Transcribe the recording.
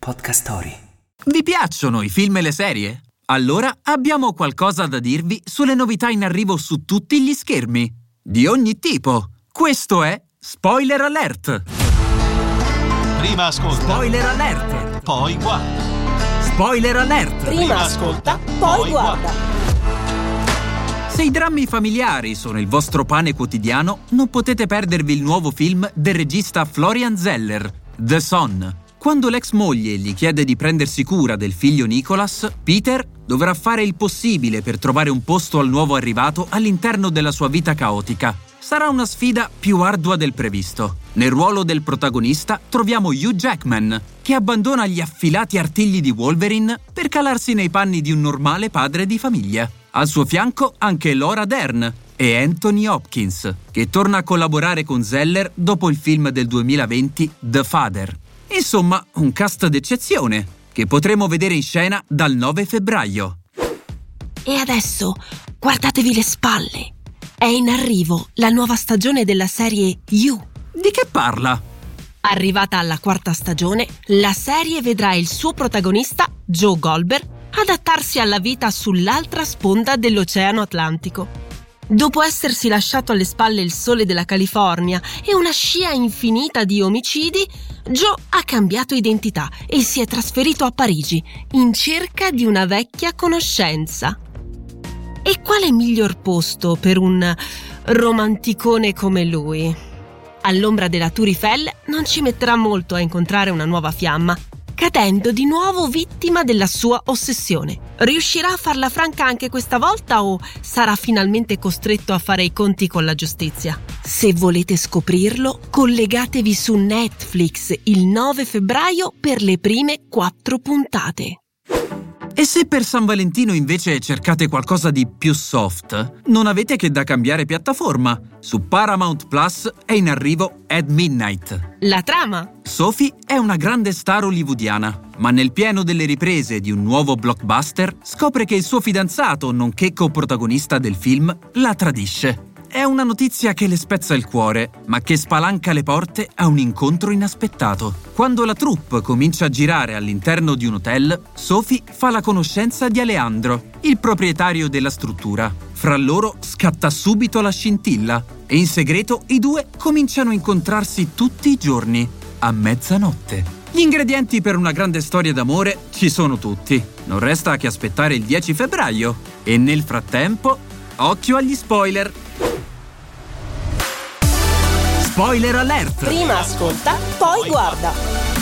Podcast Story. Vi piacciono i film e le serie? Allora abbiamo qualcosa da dirvi sulle novità in arrivo su tutti gli schermi, di ogni tipo. Questo è Spoiler Alert! Prima ascolta, Spoiler Alert! poi guarda. Spoiler Alert! Prima ascolta, poi guarda. Se i drammi familiari sono il vostro pane quotidiano, non potete perdervi il nuovo film del regista Florian Zeller, The Son. Quando l'ex moglie gli chiede di prendersi cura del figlio Nicholas, Peter dovrà fare il possibile per trovare un posto al nuovo arrivato all'interno della sua vita caotica. Sarà una sfida più ardua del previsto. Nel ruolo del protagonista troviamo Hugh Jackman, che abbandona gli affilati artigli di Wolverine per calarsi nei panni di un normale padre di famiglia. Al suo fianco anche Laura Dern e Anthony Hopkins, che torna a collaborare con Zeller dopo il film del 2020 The Father. Insomma, un cast d'eccezione, che potremo vedere in scena dal 9 febbraio. E adesso guardatevi le spalle. È in arrivo la nuova stagione della serie You. Di che parla? Arrivata alla 4ª stagione, la serie vedrà il suo protagonista, Joe Goldberg, adattarsi alla vita sull'altra sponda dell'Oceano Atlantico. Dopo essersi lasciato alle spalle il sole della California e una scia infinita di omicidi, Joe ha cambiato identità e si è trasferito a Parigi in cerca di una vecchia conoscenza. E quale miglior posto per un romanticone come lui? All'ombra della Tour Eiffel non ci metterà molto a incontrare una nuova fiamma, cadendo di nuovo vittima della sua ossessione. Riuscirà a farla franca anche questa volta o sarà finalmente costretto a fare i conti con la giustizia? Se volete scoprirlo, collegatevi su Netflix il 9 febbraio per le prime 4 puntate. E se per San Valentino invece cercate qualcosa di più soft, non avete che da cambiare piattaforma. Su Paramount Plus è in arrivo At Midnight. La trama? Sophie è una grande star hollywoodiana, ma nel pieno delle riprese di un nuovo blockbuster scopre che il suo fidanzato, nonché coprotagonista del film, la tradisce. È una notizia che le spezza il cuore, ma che spalanca le porte a un incontro inaspettato. Quando la troupe comincia a girare all'interno di un hotel, Sophie fa la conoscenza di Alejandro, il proprietario della struttura. Fra loro scatta subito la scintilla e in segreto i due cominciano a incontrarsi tutti i giorni, a mezzanotte. Gli ingredienti per una grande storia d'amore ci sono tutti. Non resta che aspettare il 10 febbraio. E nel frattempo, occhio agli spoiler! Spoiler Alert! Prima ascolta, poi guarda.